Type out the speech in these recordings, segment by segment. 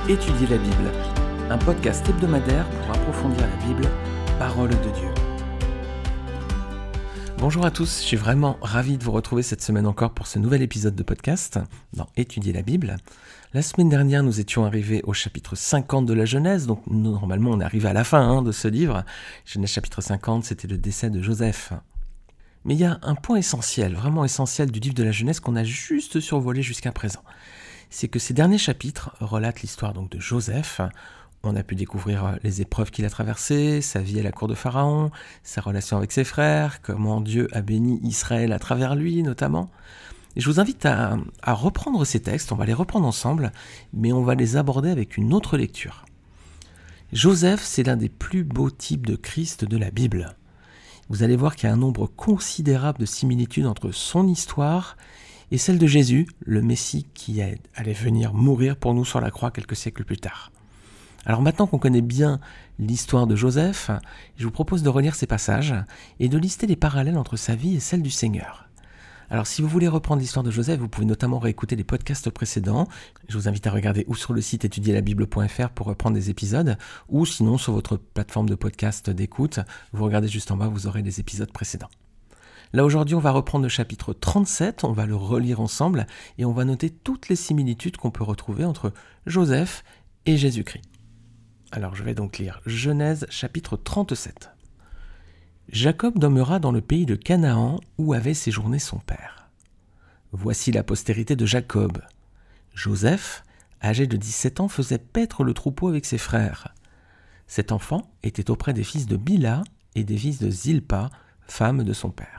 Étudier la Bible, un podcast hebdomadaire pour approfondir la Bible, parole de Dieu. Bonjour à tous, je suis vraiment ravi de vous retrouver cette semaine encore pour ce nouvel épisode de podcast dans Étudier la Bible. La semaine dernière, nous étions arrivés au chapitre 50 de la Genèse, donc normalement on est arrivé à la fin de ce livre. Genèse chapitre 50, c'était le décès de Joseph. Mais il y a un point essentiel, vraiment essentiel du livre de la Genèse qu'on a juste survolé jusqu'à présent. C'est que ces derniers chapitres relatent l'histoire donc de Joseph. On a pu découvrir les épreuves qu'il a traversées, sa vie à la cour de Pharaon, sa relation avec ses frères, comment Dieu a béni Israël à travers lui notamment. Et je vous invite à reprendre ces textes, on va les reprendre ensemble, mais on va les aborder avec une autre lecture. Joseph, c'est l'un des plus beaux types de Christ de la Bible. Vous allez voir qu'il y a un nombre considérable de similitudes entre son histoire et celle de Jésus, le Messie qui allait venir mourir pour nous sur la croix quelques siècles plus tard. Alors maintenant qu'on connaît bien l'histoire de Joseph, je vous propose de relire ces passages et de lister les parallèles entre sa vie et celle du Seigneur. Alors si vous voulez reprendre l'histoire de Joseph, vous pouvez notamment réécouter les podcasts précédents. Je vous invite à regarder ou sur le site étudierlabible.fr pour reprendre des épisodes, ou sinon sur votre plateforme de podcast d'écoute, vous regardez juste en bas, vous aurez les épisodes précédents. Là aujourd'hui, on va reprendre le chapitre 37, on va le relire ensemble et on va noter toutes les similitudes qu'on peut retrouver entre Joseph et Jésus-Christ. Alors je vais donc lire Genèse chapitre 37. Jacob demeura dans le pays de Canaan où avait séjourné son père. Voici la postérité de Jacob. Joseph, âgé de 17 ans, faisait paître le troupeau avec ses frères. Cet enfant était auprès des fils de Bila et des fils de Zilpa, femme de son père.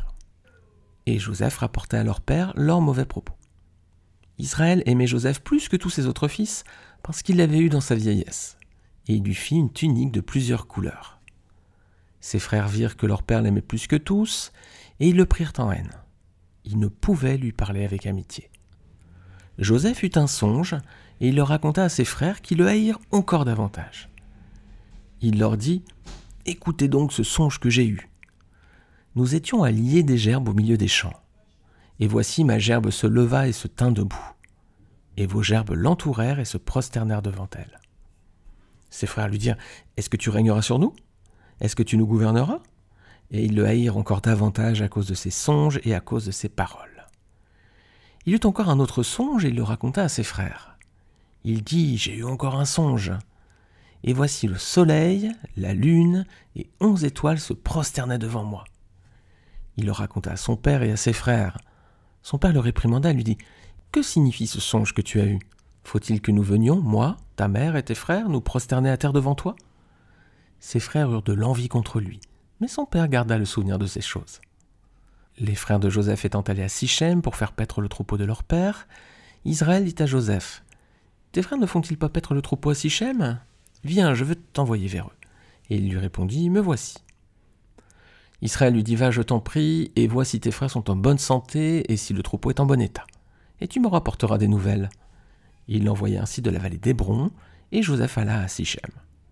Et Joseph rapportait à leur père leurs mauvais propos. Israël aimait Joseph plus que tous ses autres fils parce qu'il l'avait eu dans sa vieillesse, et il lui fit une tunique de plusieurs couleurs. Ses frères virent que leur père l'aimait plus que tous, et ils le prirent en haine. Ils ne pouvaient lui parler avec amitié. Joseph eut un songe, et il le raconta à ses frères qui le haïrent encore davantage. Il leur dit « Écoutez donc ce songe que j'ai eu. Nous étions à lier des gerbes au milieu des champs. Et voici ma gerbe se leva et se tint debout. Et vos gerbes l'entourèrent et se prosternèrent devant elle. » Ses frères lui dirent « Est-ce que tu régneras sur nous ? Est-ce que tu nous gouverneras ?» Et ils le haïrent encore davantage à cause de ses songes et à cause de ses paroles. Il eut encore un autre songe et il le raconta à ses frères. Il dit « J'ai eu encore un songe. Et voici le soleil, la lune et 11 étoiles se prosternaient devant moi. » Il le raconta à son père et à ses frères. Son père le réprimanda et lui dit « Que signifie ce songe que tu as eu ? Faut-il que nous venions, moi, ta mère et tes frères, nous prosterner à terre devant toi ?» Ses frères eurent de l'envie contre lui, mais son père garda le souvenir de ces choses. Les frères de Joseph étant allés à Sichem pour faire paître le troupeau de leur père, Israël dit à Joseph « Tes frères ne font-ils pas paître le troupeau à Sichem ? Viens, je veux t'envoyer vers eux. » Et il lui répondit « Me voici. » Israël lui dit « Va, je t'en prie, et vois si tes frères sont en bonne santé et si le troupeau est en bon état. Et tu me rapporteras des nouvelles. » Il l'envoya ainsi de la vallée d'Hébron, et Joseph alla à Sichem.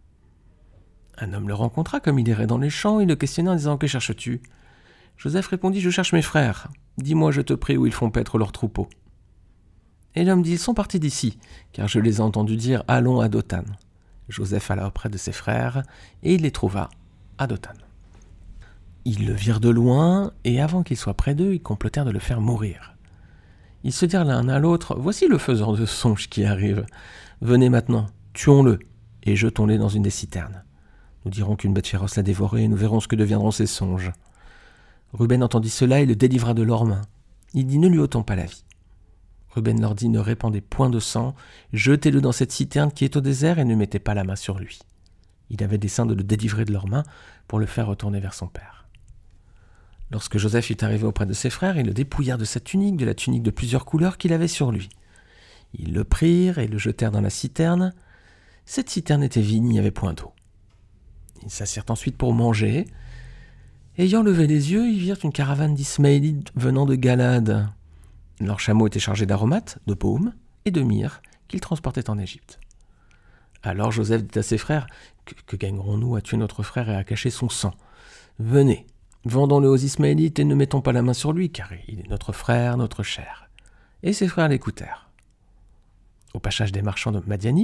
Un homme le rencontra comme il errait dans les champs, et le questionna en disant « Que cherches-tu » Joseph répondit « Je cherche mes frères. Dis-moi, je te prie, où ils font paître leur troupeau. » Et l'homme dit « Ils sont partis d'ici, car je les ai entendus dire « Allons à Dothan. » Joseph alla auprès de ses frères, et il les trouva à Dothan. Ils le virent de loin, et avant qu'il soit près d'eux, ils complotèrent de le faire mourir. Ils se dirent l'un à l'autre « Voici le faiseur de songes qui arrive. Venez maintenant, tuons-le, et jetons-les dans une des citernes. Nous dirons qu'une bête féroce l'a dévoré, et nous verrons ce que deviendront ses songes. » Ruben entendit cela et le délivra de leurs mains. Il dit « Ne lui ôtons pas la vie. » Ruben leur dit « Ne répandez point de sang, jetez-le dans cette citerne qui est au désert et ne mettez pas la main sur lui. » Il avait dessein de le délivrer de leurs mains pour le faire retourner vers son père. Lorsque Joseph fut arrivé auprès de ses frères, ils le dépouillèrent de sa tunique, de la tunique de plusieurs couleurs qu'il avait sur lui. Ils le prirent et le jetèrent dans la citerne. Cette citerne était vide, il n'y avait point d'eau. Ils s'assirent ensuite pour manger. Ayant levé les yeux, ils virent une caravane d'Ismaélites venant de Galade. Leurs chameaux étaient chargés d'aromates, de baume et de myrrhe qu'ils transportaient en Égypte. Alors Joseph dit à ses frères « Que gagnerons-nous à tuer notre frère et à cacher son sang ? Venez, vendons-le aux Ismaélites et ne mettons pas la main sur lui, car il est notre frère, notre chair. » Et ses frères l'écoutèrent. Au passage des marchands de Madianites, ils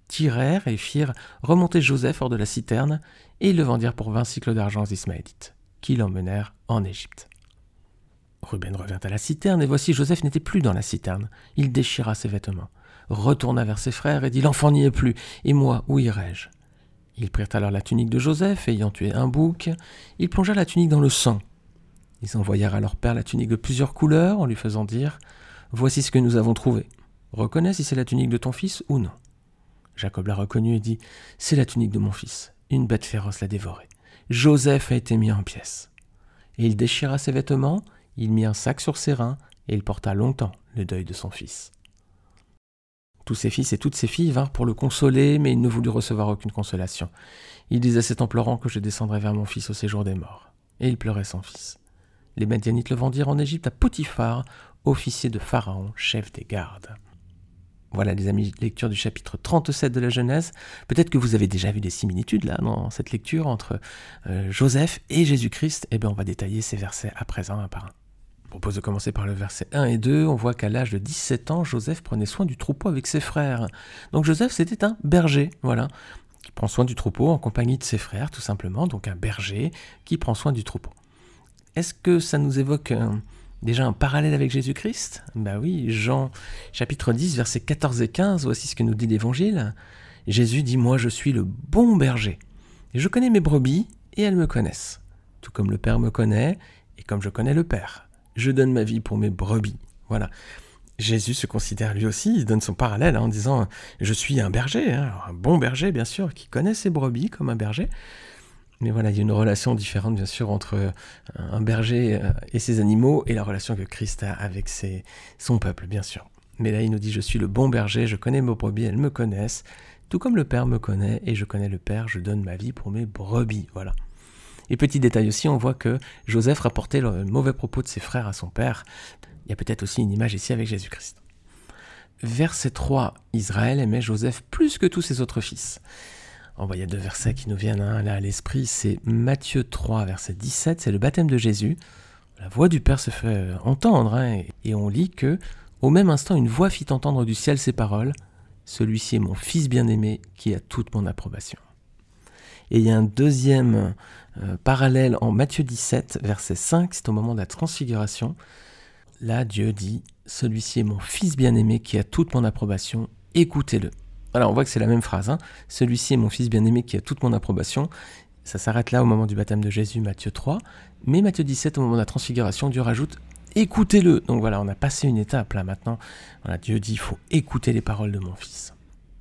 tirèrent et firent remonter Joseph hors de la citerne, et ils le vendirent pour 20 cycles d'argent aux Ismaélites, qui l'emmenèrent en Égypte. Ruben revint à la citerne, et voici Joseph n'était plus dans la citerne. Il déchira ses vêtements, retourna vers ses frères et dit « L'enfant n'y est plus, et moi, où irai-je » Ils prirent alors la tunique de Joseph, ayant tué un bouc, ils plongèrent la tunique dans le sang. Ils envoyèrent à leur père la tunique de plusieurs couleurs, en lui faisant dire « Voici ce que nous avons trouvé. Reconnais si c'est la tunique de ton fils ou non. » Jacob l'a reconnue et dit « C'est la tunique de mon fils. Une bête féroce l'a dévorée. Joseph a été mis en pièces. » Et il déchira ses vêtements, il mit un sac sur ses reins, et il porta longtemps le deuil de son fils. Tous ses fils et toutes ses filles vinrent pour le consoler, mais il ne voulut recevoir aucune consolation. Il disait « C'est en pleurant que je descendrai vers mon fils au séjour des morts. » Et il pleurait son fils. Les Madianites le vendirent en Égypte à Potiphar, officier de Pharaon, chef des gardes. Voilà les amis, lecture du chapitre 37 de la Genèse. Peut-être que vous avez déjà vu des similitudes là dans cette lecture entre Joseph et Jésus-Christ. Eh bien on va détailler ces versets à présent un par un. Je propose de commencer par le verset 1 et 2. On voit qu'à l'âge de 17 ans, Joseph prenait soin du troupeau avec ses frères. Donc Joseph c'était un berger, voilà, qui prend soin du troupeau en compagnie de ses frères tout simplement. Donc un berger qui prend soin du troupeau. Est-ce que ça nous évoque déjà un parallèle avec Jésus-Christ ? Ben oui, Jean chapitre 10, versets 14 et 15, voici ce que nous dit l'Évangile. Jésus dit « Moi je suis le bon berger. Et je connais mes brebis et elles me connaissent. Tout comme le Père me connaît et comme je connais le Père. Je donne ma vie pour mes brebis. » Voilà. Jésus se considère lui aussi, il donne son parallèle en disant « Je suis un berger, un bon berger bien sûr, qui connaît ses brebis comme un berger. » Mais voilà, il y a une relation différente, bien sûr, entre un berger et ses animaux et la relation que Christ a avec son peuple, bien sûr. Mais là, il nous dit « Je suis le bon berger, je connais mes brebis, elles me connaissent. Tout comme le Père me connaît et je connais le Père, je donne ma vie pour mes brebis. » Voilà. Et petit détail aussi, on voit que Joseph rapportait le mauvais propos de ses frères à son père. Il y a peut-être aussi une image ici avec Jésus-Christ. Verset 3, Israël aimait Joseph plus que tous ses autres fils. Il y a 2 versets qui nous viennent là à l'esprit, c'est Matthieu 3, verset 17, c'est le baptême de Jésus. La voix du Père se fait entendre, et on lit que, au même instant, une voix fit entendre du ciel ces paroles, « Celui-ci est mon fils bien-aimé, qui a toute mon approbation. » Et il y a un deuxième parallèle en Matthieu 17, verset 5, c'est au moment de la transfiguration. Là, Dieu dit, « Celui-ci est mon fils bien-aimé, qui a toute mon approbation, écoutez-le. » Alors on voit que c'est la même phrase, « Celui-ci est mon fils bien-aimé qui a toute mon approbation ». Ça s'arrête là au moment du baptême de Jésus, Matthieu 3. Mais Matthieu 17, au moment de la transfiguration, Dieu rajoute « Écoutez-le ». Donc voilà, on a passé une étape là maintenant. Voilà, Dieu dit « Il faut écouter les paroles de mon fils ».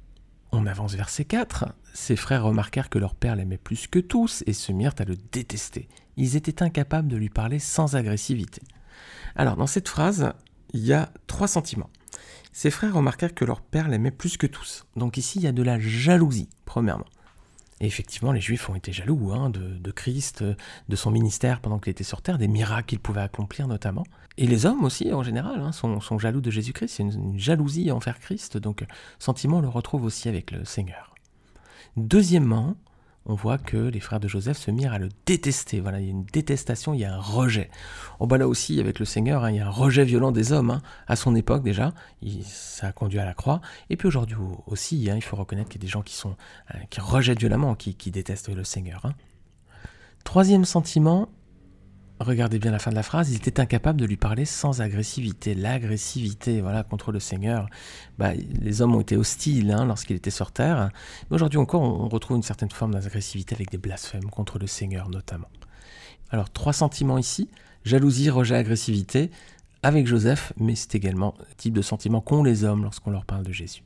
On avance verset 4. Ses frères remarquèrent que leur père l'aimait plus que tous et se mirent à le détester. Ils étaient incapables de lui parler sans agressivité. Alors dans cette phrase, il y a 3 sentiments. Ses frères remarquèrent que leur père l'aimait plus que tous. Donc ici, il y a de la jalousie, premièrement. Et effectivement, les Juifs ont été jaloux de Christ, de son ministère pendant qu'il était sur terre, des miracles qu'il pouvait accomplir notamment. Et les hommes aussi, en général, sont jaloux de Jésus-Christ. C'est une jalousie envers Christ, donc sentiment on le retrouve aussi avec le Seigneur. Deuxièmement, on voit que les frères de Joseph se mirent à le détester. Voilà, il y a une détestation, il y a un rejet. Là aussi, avec le Seigneur, il y a un rejet violent des hommes. À son époque déjà, ça a conduit à la croix. Et puis aujourd'hui aussi, il faut reconnaître qu'il y a des gens qui rejettent violemment, qui détestent le Seigneur. Troisième sentiment, regardez bien la fin de la phrase, ils étaient incapables de lui parler sans agressivité. L'agressivité, contre le Seigneur. Les hommes ont été hostiles lorsqu'il était sur terre. Mais aujourd'hui encore, on retrouve une certaine forme d'agressivité avec des blasphèmes contre le Seigneur notamment. Alors, 3 sentiments ici, jalousie, rejet, agressivité, avec Joseph, mais c'est également le type de sentiment qu'ont les hommes lorsqu'on leur parle de Jésus.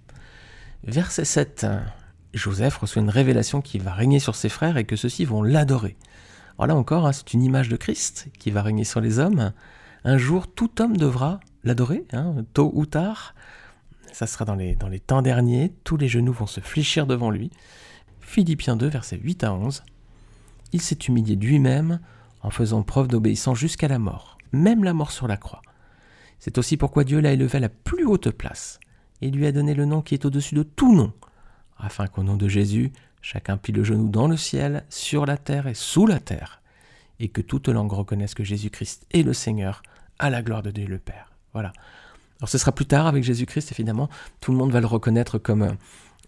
Verset 7, Joseph reçoit une révélation qui va régner sur ses frères et que ceux-ci vont l'adorer. Alors là encore, c'est une image de Christ qui va régner sur les hommes. Un jour, tout homme devra l'adorer, tôt ou tard. Ça sera dans les temps derniers. Tous les genoux vont se fléchir devant lui. Philippiens 2, versets 8 à 11. Il s'est humilié lui-même en faisant preuve d'obéissance jusqu'à la mort, même la mort sur la croix. C'est aussi pourquoi Dieu l'a élevé à la plus haute place et lui a donné le nom qui est au-dessus de tout nom, afin qu'au nom de Jésus, chacun plie le genou dans le ciel, sur la terre et sous la terre, et que toute langue reconnaisse que Jésus-Christ est le Seigneur, à la gloire de Dieu le Père. Voilà. Alors ce sera plus tard avec Jésus-Christ, évidemment, tout le monde va le reconnaître comme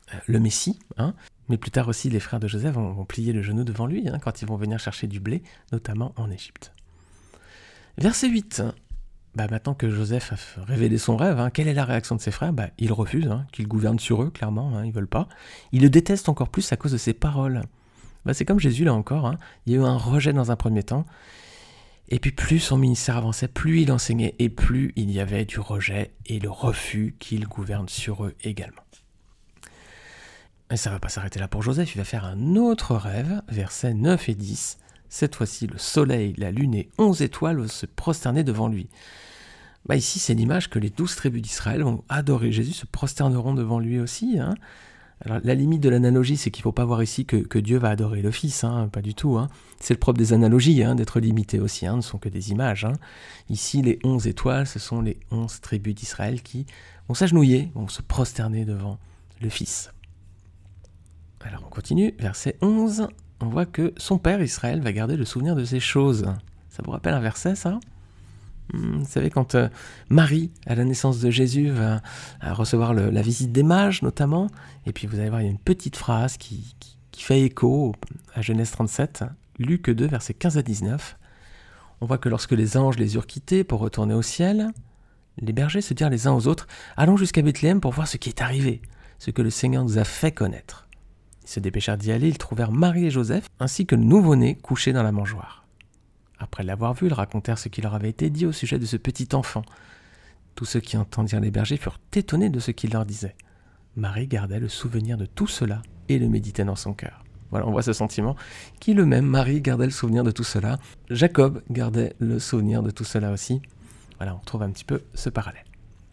le Messie, hein. Mais plus tard aussi, les frères de Joseph vont plier le genou devant lui, hein, quand ils vont venir chercher du blé, notamment en Égypte. Verset 8. Maintenant que Joseph a révélé son rêve, hein, quelle est la réaction de ses frères ? Ils refusent, hein, qu'il gouverne sur eux, clairement, hein, ils ne veulent pas. Ils le détestent encore plus à cause de ses paroles. C'est comme Jésus, là encore, hein, il y a eu un rejet dans un premier temps, et puis plus son ministère avançait, plus il enseignait, et plus il y avait du rejet et le refus qu'il gouverne sur eux également. Et ça ne va pas s'arrêter là pour Joseph, il va faire un autre rêve, versets 9 et 10. Cette fois-ci, le soleil, la lune et 11 étoiles vont se prosterner devant lui. Ici, c'est l'image que les 12 tribus d'Israël vont adorer Jésus, se prosterneront devant lui aussi. Hein. Alors, la limite de l'analogie, c'est qu'il ne faut pas voir ici que Dieu va adorer le Fils, hein, pas du tout. Hein. C'est le propre des analogies, hein, d'être limité aussi, hein, ne sont que des images. Hein. Ici, les 11 étoiles, ce sont les 11 tribus d'Israël qui vont s'agenouiller, vont se prosterner devant le Fils. Alors on continue, verset 11, on voit que son père Israël va garder le souvenir de ces choses. Ça vous rappelle un verset, ça ? Vous savez, quand Marie, à la naissance de Jésus, va recevoir la visite des mages, notamment, et puis vous allez voir, il y a une petite phrase qui fait écho à Genèse 37, Luc 2, versets 15 à 19. On voit que lorsque les anges les eurent quittés pour retourner au ciel, les bergers se dirent les uns aux autres, « Allons jusqu'à Bethléem pour voir ce qui est arrivé, ce que le Seigneur nous a fait connaître. » Ils se dépêchèrent d'y aller, ils trouvèrent Marie et Joseph, ainsi que le nouveau-né couché dans la mangeoire. Après l'avoir vu, ils racontèrent ce qui leur avait été dit au sujet de ce petit enfant. Tous ceux qui entendirent les bergers furent étonnés de ce qu'il leur disait. Marie gardait le souvenir de tout cela et le méditait dans son cœur. Voilà, on voit ce sentiment qui le même. Marie gardait le souvenir de tout cela. Jacob gardait le souvenir de tout cela aussi. Voilà, on retrouve un petit peu ce parallèle.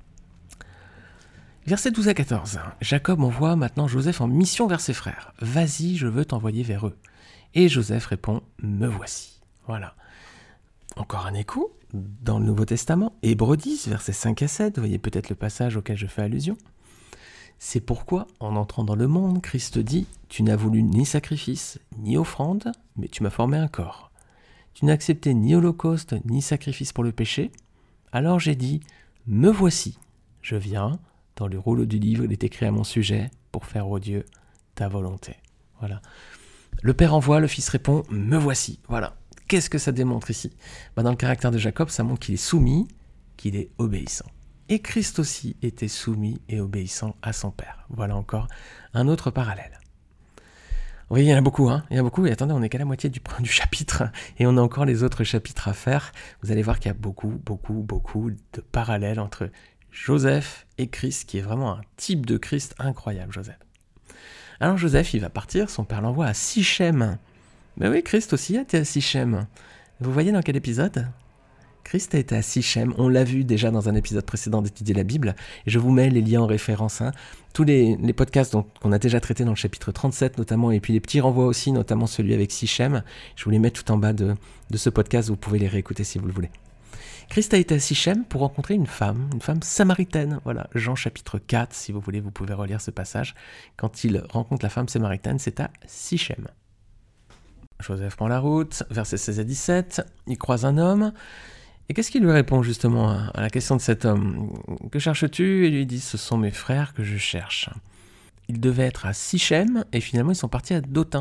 Versets 12 à 14. Jacob envoie maintenant Joseph en mission vers ses frères. « Vas-y, je veux t'envoyer vers eux. » Et Joseph répond « Me voici. » Voilà. Encore un écho dans le Nouveau Testament. Hébreux 10, versets 5 à 7. Vous voyez peut-être le passage auquel je fais allusion. « C'est pourquoi, en entrant dans le monde, Christ dit « Tu n'as voulu ni sacrifice, ni offrande, mais tu m'as formé un corps. Tu n'as accepté ni holocauste, ni sacrifice pour le péché. Alors j'ai dit « Me voici. Je viens. » Dans le rouleau du livre, il est écrit à mon sujet, pour faire, ô Dieu, ta volonté. Voilà. Le Père envoie, le Fils répond, me voici. Voilà. Qu'est-ce que ça démontre ici ? Dans le caractère de Jacob, ça montre qu'il est soumis, qu'il est obéissant. Et Christ aussi était soumis et obéissant à son Père. Voilà encore un autre parallèle. Oui, il y en a beaucoup, hein. Il y en a beaucoup. Et attendez, on n'est qu'à la moitié du chapitre. Et on a encore les autres chapitres à faire. Vous allez voir qu'il y a beaucoup de parallèles entre Joseph et Christ, qui est vraiment un type de Christ incroyable, Joseph. Alors Joseph, il va partir, son père l'envoie à Sichem. Mais oui, Christ aussi a été à Sichem. Vous voyez dans quel épisode ? Christ a été à Sichem, on l'a vu déjà dans un épisode précédent d'étudier la Bible, et je vous mets les liens en référence. Hein. Tous les podcasts qu'on a déjà traités dans le chapitre 37 notamment, et puis les petits renvois aussi, notamment celui avec Sichem, je vous les mets tout en bas de ce podcast, vous pouvez les réécouter si vous le voulez. Christ a été à Sichem pour rencontrer une femme samaritaine. Voilà, Jean chapitre 4, si vous voulez, vous pouvez relire ce passage. Quand il rencontre la femme samaritaine, c'est à Sichem. Joseph prend la route, versets 16 à 17, il croise un homme. Et qu'est-ce qu'il lui répond justement à la question de cet homme ? Que cherches-tu ? Et lui dit, ce sont mes frères que je cherche. Ils devaient être à Sichem et finalement ils sont partis à Dothan,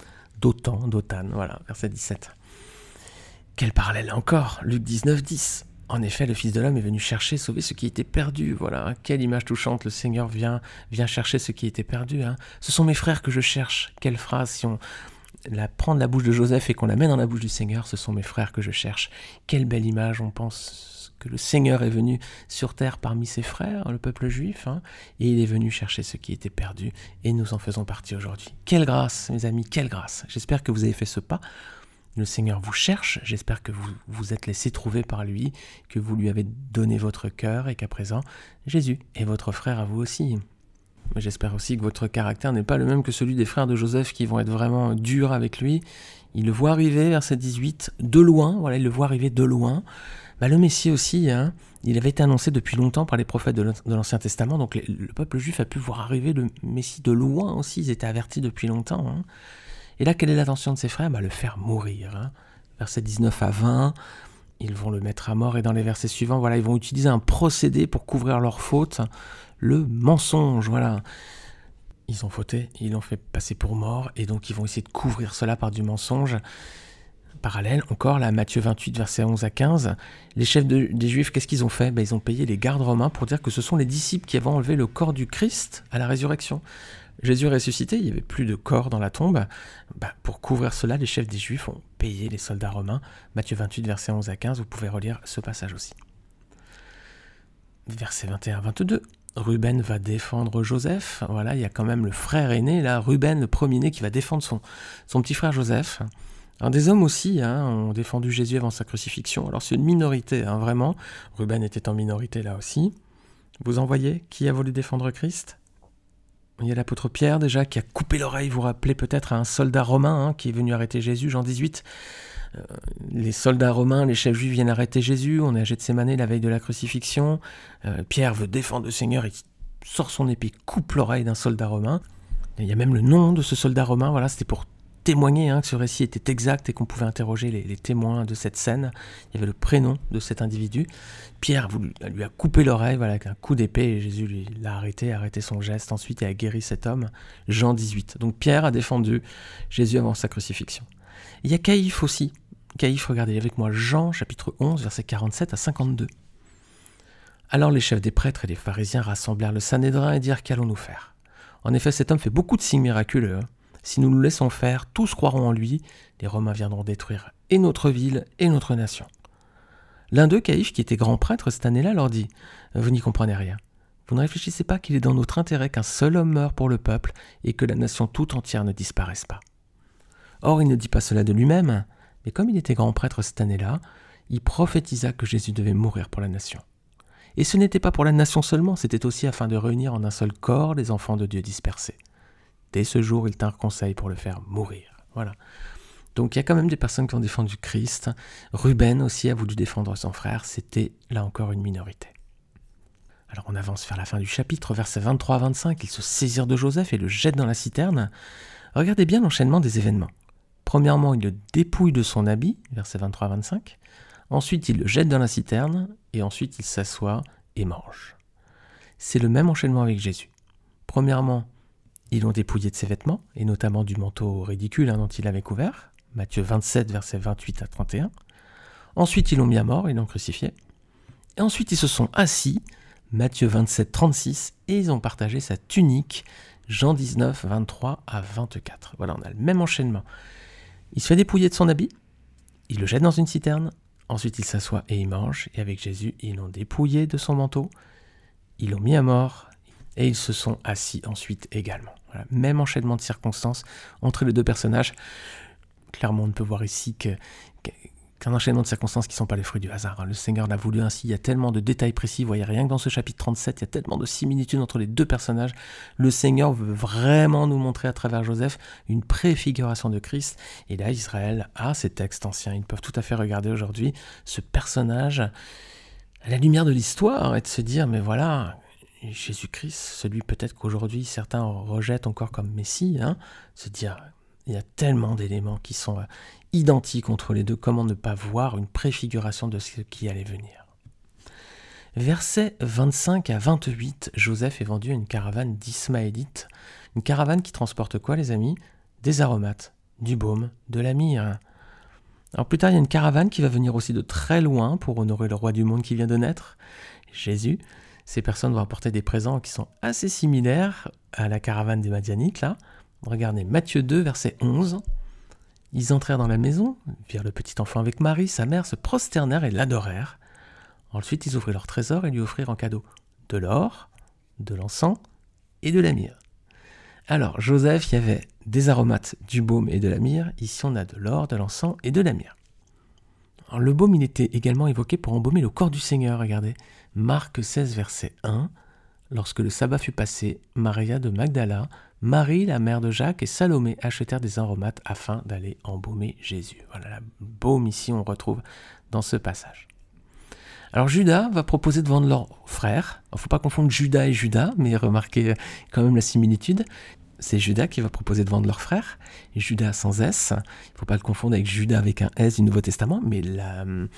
voilà, verset 17. Quel parallèle encore, Luc 19, 10. En effet, le Fils de l'homme est venu chercher, sauver ce qui était perdu. Voilà, quelle image touchante, le Seigneur vient chercher ce qui était perdu. Hein. Ce sont mes frères que je cherche. Quelle phrase, si on la prend de la bouche de Joseph et qu'on la met dans la bouche du Seigneur, ce sont mes frères que je cherche. Quelle belle image, on pense que le Seigneur est venu sur terre parmi ses frères, le peuple juif, hein, et il est venu chercher ce qui était perdu, et nous en faisons partie aujourd'hui. Quelle grâce, mes amis, quelle grâce. J'espère que vous avez fait ce pas. Le Seigneur vous cherche, j'espère que vous vous êtes laissé trouver par lui, que vous lui avez donné votre cœur et qu'à présent, Jésus est votre frère à vous aussi. Mais j'espère aussi que votre caractère n'est pas le même que celui des frères de Joseph qui vont être vraiment durs avec lui. Il le voit arriver, verset 18, de loin, voilà, il le voit arriver de loin. Le Messie aussi, hein, il avait été annoncé depuis longtemps par les prophètes de l'Ancien Testament, donc le peuple juif a pu voir arriver le Messie de loin aussi, ils étaient avertis depuis longtemps, hein. Et là, quelle est l'intention de ses frères ? Le faire mourir. Hein. Versets 19 à 20, ils vont le mettre à mort. Et dans les versets suivants, voilà, ils vont utiliser un procédé pour couvrir leur faute, le mensonge. Voilà. ils ont fauté, ils l'ont fait passer pour mort, et donc ils vont essayer de couvrir cela par du mensonge. Parallèle, encore là, Matthieu 28, versets 11 à 15, les chefs des Juifs, qu'est-ce qu'ils ont fait ? Ils ont payé les gardes romains pour dire que ce sont les disciples qui avaient enlevé le corps du Christ à la résurrection. Jésus est ressuscité, il n'y avait plus de corps dans la tombe. Pour couvrir cela, les chefs des Juifs ont payé les soldats romains. Matthieu 28, versets 11 à 15, vous pouvez relire ce passage aussi. Versets 21 à 22. Ruben va défendre Joseph. Voilà, il y a quand même le frère aîné, là, Ruben, le premier-né, qui va défendre son petit frère Joseph. Alors, des hommes aussi ont défendu Jésus avant sa crucifixion. Alors c'est une minorité, vraiment. Ruben était en minorité là aussi. Vous en voyez qui a voulu défendre Christ ? Il y a l'apôtre Pierre déjà qui a coupé l'oreille, vous vous rappelez peut-être, à un soldat romain qui est venu arrêter Jésus, Jean 18. Les soldats romains, les chefs juifs viennent arrêter Jésus, on est à Gethsémanée la veille de la crucifixion. Pierre veut défendre le Seigneur, il sort son épée, coupe l'oreille d'un soldat romain. Il y a même le nom de ce soldat romain, voilà, c'était pour témoigner que ce récit était exact et qu'on pouvait interroger les témoins de cette scène. Il y avait le prénom de cet individu. Pierre lui a coupé l'oreille avec un coup d'épée et Jésus l'a arrêté son geste ensuite et a guéri cet homme. Jean 18. Donc Pierre a défendu Jésus avant sa crucifixion. Il y a Caïphe aussi. Caïphe, regardez avec moi Jean chapitre 11, versets 47 à 52. Alors les chefs des prêtres et les pharisiens rassemblèrent le Sanhédrin et dirent « Qu'allons-nous faire ? En effet, cet homme fait beaucoup de signes miraculeux. Si nous nous laissons faire, tous croiront en lui. Les Romains viendront détruire et notre ville et notre nation. » L'un d'eux, Caïphe, qui était grand prêtre cette année-là, leur dit « Vous n'y comprenez rien. Vous ne réfléchissez pas qu'il est dans notre intérêt qu'un seul homme meure pour le peuple et que la nation tout entière ne disparaisse pas. » Or, il ne dit pas cela de lui-même, mais comme il était grand prêtre cette année-là, il prophétisa que Jésus devait mourir pour la nation. Et ce n'était pas pour la nation seulement, c'était aussi afin de réunir en un seul corps les enfants de Dieu dispersés. Dès ce jour, ils tinrent conseil pour le faire mourir. Voilà. Donc il y a quand même des personnes qui ont défendu Christ. Ruben aussi a voulu défendre son frère, c'était là encore une minorité. Alors on avance vers la fin du chapitre, versets 23 à 25, ils se saisirent de Joseph et le jettent dans la citerne. Regardez bien l'enchaînement des événements. Premièrement, il le dépouille de son habit, versets 23 à 25. Ensuite, il le jette dans la citerne, et ensuite il s'assoit et mange. C'est le même enchaînement avec Jésus. Premièrement, ils l'ont dépouillé de ses vêtements, et notamment du manteau ridicule dont il avait couvert, Matthieu 27, versets 28 à 31. Ensuite, ils l'ont mis à mort, ils l'ont crucifié. Et ensuite, ils se sont assis, Matthieu 27, 36, et ils ont partagé sa tunique, Jean 19, 23 à 24. Voilà, on a le même enchaînement. Il se fait dépouiller de son habit, il le jette dans une citerne, ensuite il s'assoit et il mange, et avec Jésus, ils l'ont dépouillé de son manteau, ils l'ont mis à mort, et ils se sont assis ensuite également. Voilà, même enchaînement de circonstances entre les deux personnages. Clairement, on ne peut voir ici qu'un enchaînement de circonstances qui ne sont pas les fruits du hasard. Le Seigneur l'a voulu ainsi, il y a tellement de détails précis, vous voyez rien que dans ce chapitre 37, il y a tellement de similitudes entre les deux personnages. Le Seigneur veut vraiment nous montrer à travers Joseph une préfiguration de Christ. Et là, Israël a ces textes anciens, ils peuvent tout à fait regarder aujourd'hui ce personnage à la lumière de l'histoire et de se dire, mais voilà, Jésus-Christ, celui peut-être qu'aujourd'hui certains rejettent encore comme Messie, se dire, il y a tellement d'éléments qui sont identiques entre les deux, comment ne pas voir une préfiguration de ce qui allait venir. Versets 25 à 28, Joseph est vendu à une caravane d'Ismaélites, une caravane qui transporte quoi les amis ? Des aromates, du baume, de la myrrhe. Alors plus tard, il y a une caravane qui va venir aussi de très loin pour honorer le roi du monde qui vient de naître, Jésus. Ces personnes vont apporter des présents qui sont assez similaires à la caravane des Madianites, là. Regardez, Matthieu 2, verset 11. Ils entrèrent dans la maison, virent le petit enfant avec Marie, sa mère, se prosternèrent et l'adorèrent. Ensuite, ils ouvrirent leur trésor et lui offrirent en cadeau de l'or, de l'encens et de la myrrhe. Alors, Joseph, il y avait des aromates, du baume et de la myrrhe. Ici, on a de l'or, de l'encens et de la myrrhe. Alors, le baume, il était également évoqué pour embaumer le corps du Seigneur, regardez. Marc 16, verset 1. Lorsque le sabbat fut passé, Maria de Magdala, Marie, la mère de Jacques, et Salomé achetèrent des aromates afin d'aller embaumer Jésus. Voilà, le baume ici, on retrouve dans ce passage. Alors Judas va proposer de vendre leur frère. Il ne faut pas confondre Judas et Judas, mais remarquez quand même la similitude. C'est Judas qui va proposer de vendre leur frère, et Judas sans S. Il ne faut pas le confondre avec Judas avec un S du Nouveau Testament, mais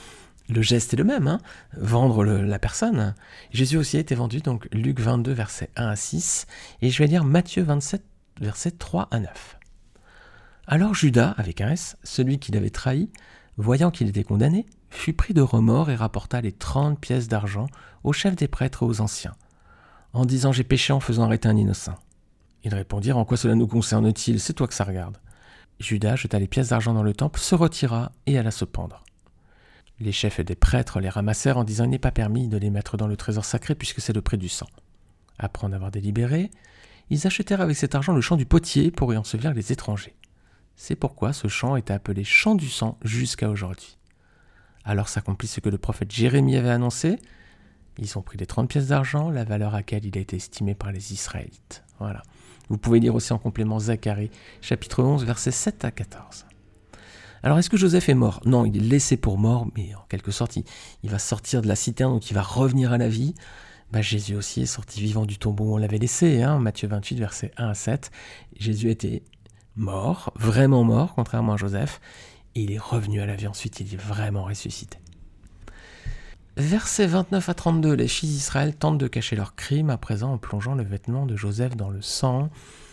Le geste est le même, hein, vendre la personne. Jésus aussi a été vendu, donc Luc 22, versets 1 à 6, et je vais lire Matthieu 27, versets 3 à 9. Alors Judas, avec un S, celui qui l'avait trahi, voyant qu'il était condamné, fut pris de remords et rapporta les 30 pièces d'argent aux chefs des prêtres et aux anciens, en disant « J'ai péché en faisant arrêter un innocent ». Ils répondirent « En quoi cela nous concerne-t-il ? C'est toi que ça regarde ». Judas jeta les pièces d'argent dans le temple, se retira et alla se pendre. Les chefs des prêtres les ramassèrent en disant « Il n'est pas permis de les mettre dans le trésor sacré puisque c'est le prix du sang ». Après en avoir délibéré, ils achetèrent avec cet argent le champ du potier pour y ensevelir les étrangers. C'est pourquoi ce champ est appelé champ du sang jusqu'à aujourd'hui. Alors s'accomplit ce que le prophète Jérémie avait annoncé. Ils ont pris les 30 pièces d'argent, la valeur à laquelle il a été estimé par les Israélites. Voilà. Vous pouvez lire aussi en complément Zacharie, chapitre 11, versets 7 à 14. Alors, est-ce que Joseph est mort ? Non, il est laissé pour mort, mais en quelque sorte, il va sortir de la citerne, donc il va revenir à la vie. Jésus aussi est sorti vivant du tombeau où on l'avait laissé, Matthieu 28, versets 1 à 7. Jésus était mort, vraiment mort, contrairement à Joseph, et il est revenu à la vie ensuite, il est vraiment ressuscité. Versets 29 à 32, les fils d'Israël tentent de cacher leur crime à présent en plongeant le vêtement de Joseph dans le sang.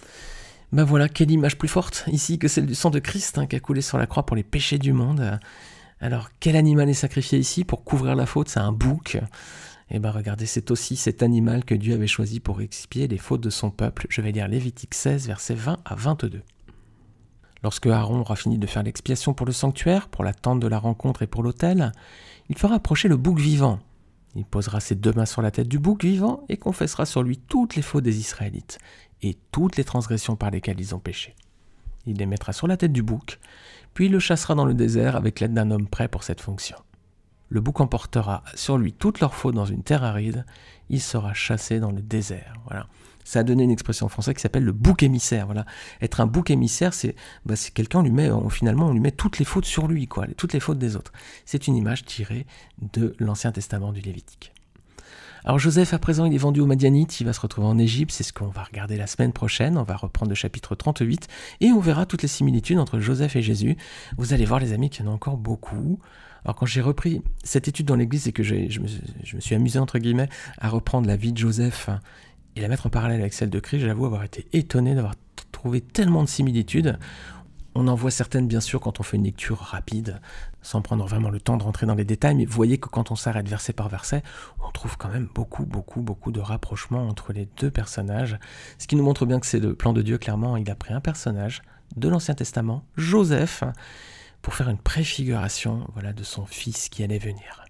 Voilà, quelle image plus forte ici que celle du sang de Christ qui a coulé sur la croix pour les péchés du monde. Alors, quel animal est sacrifié ici pour couvrir la faute ? C'est un bouc. Regardez, c'est aussi cet animal que Dieu avait choisi pour expier les fautes de son peuple. Je vais lire Lévitique 16, versets 20 à 22. Lorsque Aaron aura fini de faire l'expiation pour le sanctuaire, pour la tente de la rencontre et pour l'autel, il fera approcher le bouc vivant. Il posera ses 2 mains sur la tête du bouc vivant et confessera sur lui toutes les fautes des Israélites et toutes les transgressions par lesquelles ils ont péché. Il les mettra sur la tête du bouc, puis il le chassera dans le désert avec l'aide d'un homme prêt pour cette fonction. Le bouc emportera sur lui toutes leurs fautes dans une terre aride, il sera chassé dans le désert. Voilà. Ça a donné une expression en français qui s'appelle le bouc émissaire. Voilà. Être un bouc émissaire, c'est quelqu'un, on lui met toutes les fautes sur lui, toutes les fautes des autres. C'est une image tirée de l'Ancien Testament du Lévitique. Alors Joseph, à présent, il est vendu aux Madianites, il va se retrouver en Égypte, c'est ce qu'on va regarder la semaine prochaine, on va reprendre le chapitre 38, et on verra toutes les similitudes entre Joseph et Jésus. Vous allez voir les amis qu'il y en a encore beaucoup. Alors quand j'ai repris cette étude dans l'église et que je me suis amusé entre guillemets à reprendre la vie de Joseph et la mettre en parallèle avec celle de Christ, j'avoue avoir été étonné d'avoir trouvé tellement de similitudes. On en voit certaines bien sûr quand on fait une lecture rapide, sans prendre vraiment le temps de rentrer dans les détails, mais vous voyez que quand on s'arrête verset par verset, on trouve quand même beaucoup de rapprochements entre les 2 personnages, ce qui nous montre bien que c'est le plan de Dieu, clairement. Il a pris un personnage de l'Ancien Testament, Joseph, pour faire une préfiguration de son fils qui allait venir.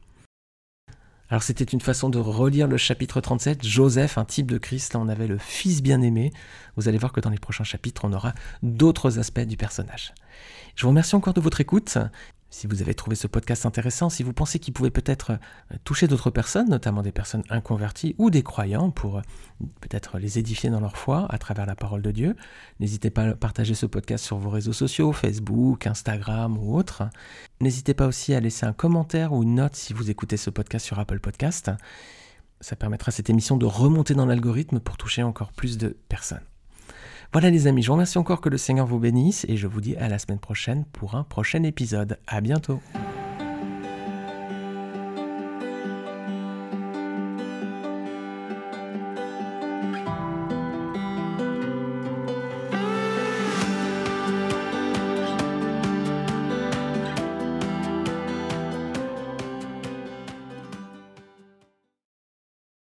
Alors c'était une façon de relire le chapitre 37, Joseph, un type de Christ, là on avait le fils bien-aimé. Vous allez voir que dans les prochains chapitres, on aura d'autres aspects du personnage. Je vous remercie encore de votre écoute. Si vous avez trouvé ce podcast intéressant, si vous pensez qu'il pouvait peut-être toucher d'autres personnes, notamment des personnes inconverties ou des croyants, pour peut-être les édifier dans leur foi à travers la parole de Dieu, n'hésitez pas à partager ce podcast sur vos réseaux sociaux, Facebook, Instagram ou autres. N'hésitez pas aussi à laisser un commentaire ou une note si vous écoutez ce podcast sur Apple Podcast. Ça permettra à cette émission de remonter dans l'algorithme pour toucher encore plus de personnes. Voilà les amis, je vous remercie encore, que le Seigneur vous bénisse et je vous dis à la semaine prochaine pour un prochain épisode. À bientôt.